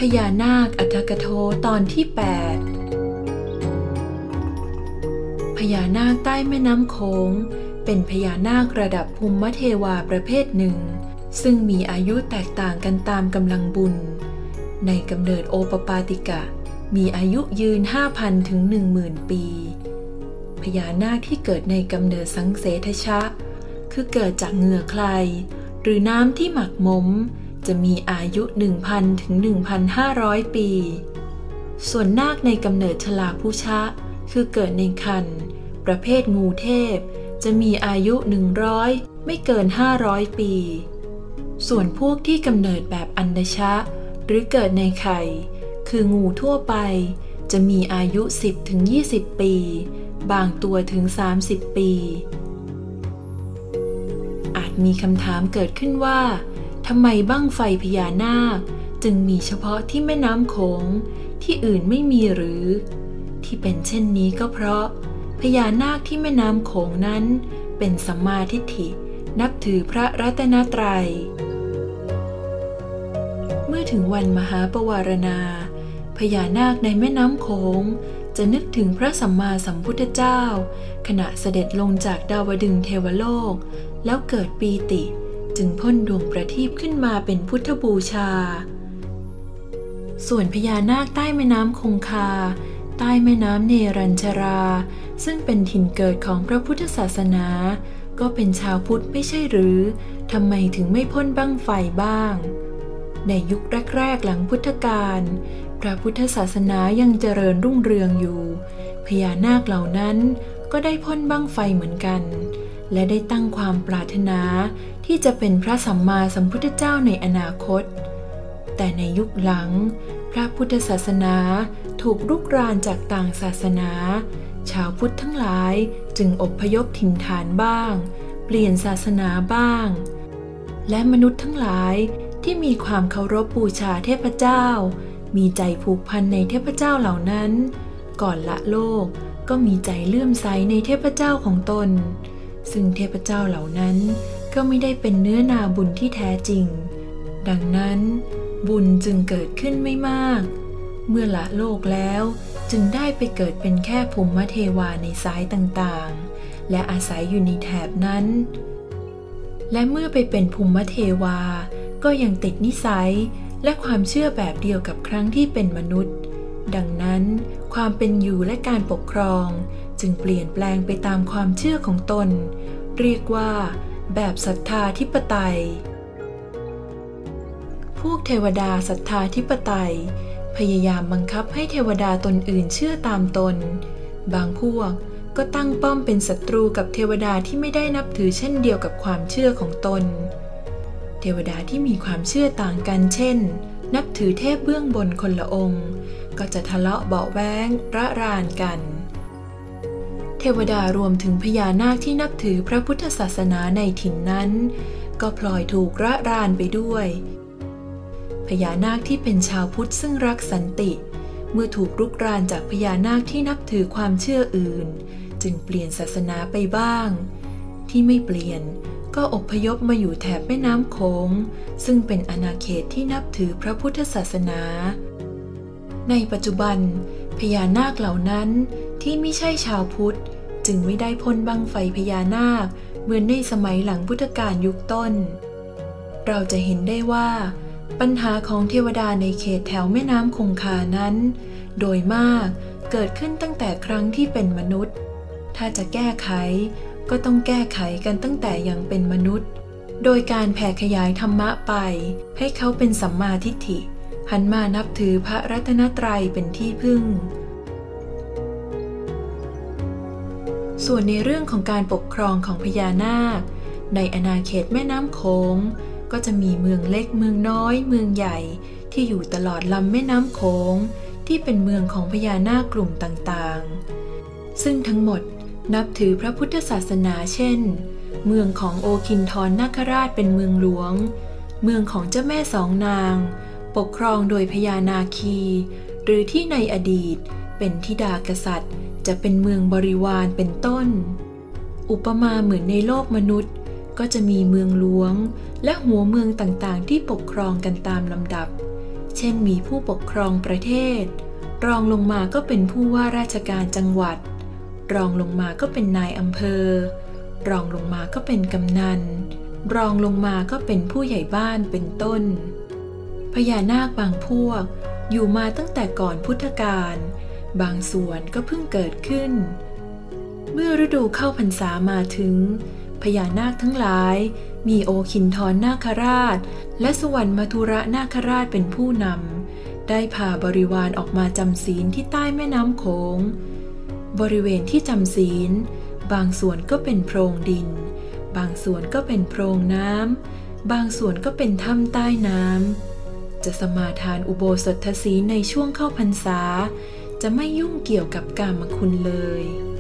ญานาคอรรถกโธตอนที่ 8 พญานาคใต้แม่น้ำโขงเป็นพญานาคระดับภูมิเทวาประเภทหนึ่งซึ่งมีอายุแตกต่างกันตามกำลังบุญในกำเนิดโอปปาติกะมีอายุยืน 5,000 ถึง 10,000 ปีพญานาคที่เกิดในกำเนิดสังเสทชะคือเกิดจากเหงื่อใครหรือน้ำที่หมักหมมจะมีอายุ 1,000 ถึง 1,500 ปีส่วนนาคในกำเนิดชลาภุชะคือเกิดในครรภ์ประเภทงูเทพจะมีอายุ 100 ไม่เกิน 500 ปีส่วนพวกที่กำเนิดแบบอันดชะหรือเกิดในไข่คืองูทั่วไปจะมีอายุ 10 ถึง 20 ปีบางตัวถึง 30 ปีอาจมีคำถามเกิดขึ้นว่าทำไมบั้งไฟพญานาคจึงมีเฉพาะที่แม่น้ำโขงที่อื่นไม่มีหรือที่เป็นเช่นนี้ก็เพราะพญานาคที่แม่น้ำโขงนั้นเป็นสัมมาทิฏฐินับถือพระรัตนตรัยเมื่อถึงวันมหาปวารณาพญานาคในแม่น้ำโขงจะนึกถึงพระสัมมาสัมพุทธเจ้าขณะเสด็จลงจากดาวดึงส์เทวโลกแล้วเกิดปีติจึงพ่นดวงประทีปขึ้นมาเป็นพุทธบูชาส่วนพญานาคใต้แม่น้ำคงคาใต้แม่น้ำเนรัญชราซึ่งเป็นถิ่นเกิดของพระพุทธศาสนาก็เป็นชาวพุทธไม่ใช่หรือทำไมถึงไม่พ่นบั้งไฟบ้างในยุคแรกๆหลังพุทธกาลพระพุทธศาสนายังเจริญรุ่งเรืองอยู่พญานาคเหล่านั้นก็ได้พ่นบั้งไฟเหมือนกันและได้ตั้งความปรารถนาที่จะเป็นพระสัมมาสัมพุทธเจ้าในอนาคตแต่ในยุคหลังพระพุทธศาสนาถูกรุกรานจากต่างศาสนาชาวพุทธทั้งหลายจึงอพยพถิ่นฐานบ้างเปลี่ยนศาสนาบ้างและมนุษย์ทั้งหลายที่มีความเคารพบูชาเทพเจ้ามีใจผูกพันในเทพเจ้าเหล่านั้นก่อนละโลกก็มีใจเลื่อมใสในเทพเจ้าของตนซึ่งเทพเจ้าเหล่านั้นก็ไม่ได้เป็นเนื้อนาบุญที่แท้จริงดังนั้นบุญจึงเกิดขึ้นไม่มากเมื่อละโลกแล้วจึงได้ไปเกิดเป็นแค่ภูมิเทวาในสายต่างๆและอาศัยอยู่ในแถบนั้นและเมื่อไปเป็นภูมิเทวาก็ยังติดนิสัยและความเชื่อแบบเดียวกับครั้งที่เป็นมนุษย์ดังนั้นความเป็นอยู่และการปกครองจึงเปลี่ยนแปลงไปตามความเชื่อของตนเรียกว่าแบบศรัทธาธิปไตยพวกเทวดาศรัทธาธิปไตยพยายามบังคับให้เทวดาตนอื่นเชื่อตามตนบางพวกก็ตั้งป้อมเป็นศัตรูกับเทวดาที่ไม่ได้นับถือเช่นเดียวกับความเชื่อของตนเทวดาที่มีความเชื่อต่างกันเช่นนับถือเทพเบื้องบนคนละองค์ก็จะทะเลาะเบาะแว้งระรานกันเทวดารวมถึงพญานาคที่นับถือพระพุทธศาสนาในถิ่นนั้นก็พลอยถูกระรานไปด้วยพญานาคที่เป็นชาวพุทธซึ่งรักสันติเมื่อถูกรุกรานจากพญานาคที่นับถือความเชื่ออื่นจึงเปลี่ยนศาสนาไปบ้างที่ไม่เปลี่ยนก็อพยพมาอยู่แถบแม่น้ำโขงซึ่งเป็นอาณาเขตที่นับถือพระพุทธศาสนาในปัจจุบันพญานาคเหล่านั้นที่ไม่ใช่ชาวพุทธจึงไม่ได้พ่นบั้งไฟพญานาคเหมือนในสมัยหลังพุทธกาลยุคต้นเราจะเห็นได้ว่าปัญหาของเทวดาในเขตแถวแม่น้ำคงคานั้นโดยมากเกิดขึ้นตั้งแต่ครั้งที่เป็นมนุษย์ถ้าจะแก้ไขก็ต้องแก้ไขกันตั้งแต่ยังเป็นมนุษย์โดยการแผ่ขยายธรรมะไปให้เขาเป็นสัมมาทิฏฐิหันมานับถือพระรัตนตรัยเป็นที่พึ่งส่วนในเรื่องของการปกครองของพญานาคในอาณาเขตแม่น้ำโขงก็จะมีเมืองเล็กเมืองน้อยเมืองใหญ่ที่อยู่ตลอดลำแม่น้ำโขงที่เป็นเมืองของพญานาคกลุ่มต่างๆซึ่งทั้งหมดนับถือพระพุทธศาสนาเช่นเมืองของโอคินทรนาคราชเป็นเมืองหลวงเมืองของเจ้าแม่สองนางปกครองโดยพญานาคีหรือที่ในอดีตเป็นธิดากษัตริย์จะเป็นเมืองบริวารเป็นต้นอุปมาเหมือนในโลกมนุษย์ก็จะมีเมืองหลวงและหัวเมืองต่างๆที่ปกครองกันตามลำดับเช่นมีผู้ปกครองประเทศรองลงมาก็เป็นผู้ว่าราชการจังหวัดรองลงมาก็เป็นนายอำเภอรองลงมาก็เป็นกำนันรองลงมาก็เป็นผู้ใหญ่บ้านเป็นต้นพญานาคบางพวกอยู่มาตั้งแต่ก่อนพุทธกาลบางส่วนก็เพิ่งเกิดขึ้นเมื่อฤดูเข้าพรรษามาถึงพญานาคทั้งหลายมีโอคินทรนาคราชและสุวรรณมัทุระนาคราชเป็นผู้นำได้พาบริวารออกมาจำศีลที่ใต้แม่น้ำโขงบริเวณที่จำศีลบางส่วนก็เป็นโพรงดินบางส่วนก็เป็นโพรงน้ำบางส่วนก็เป็นถ้ำใต้น้ำจะสมาทานอุโบสถศีลในช่วงเข้าพรรษาจะไม่ยุ่งเกี่ยวกับกามคุณเลย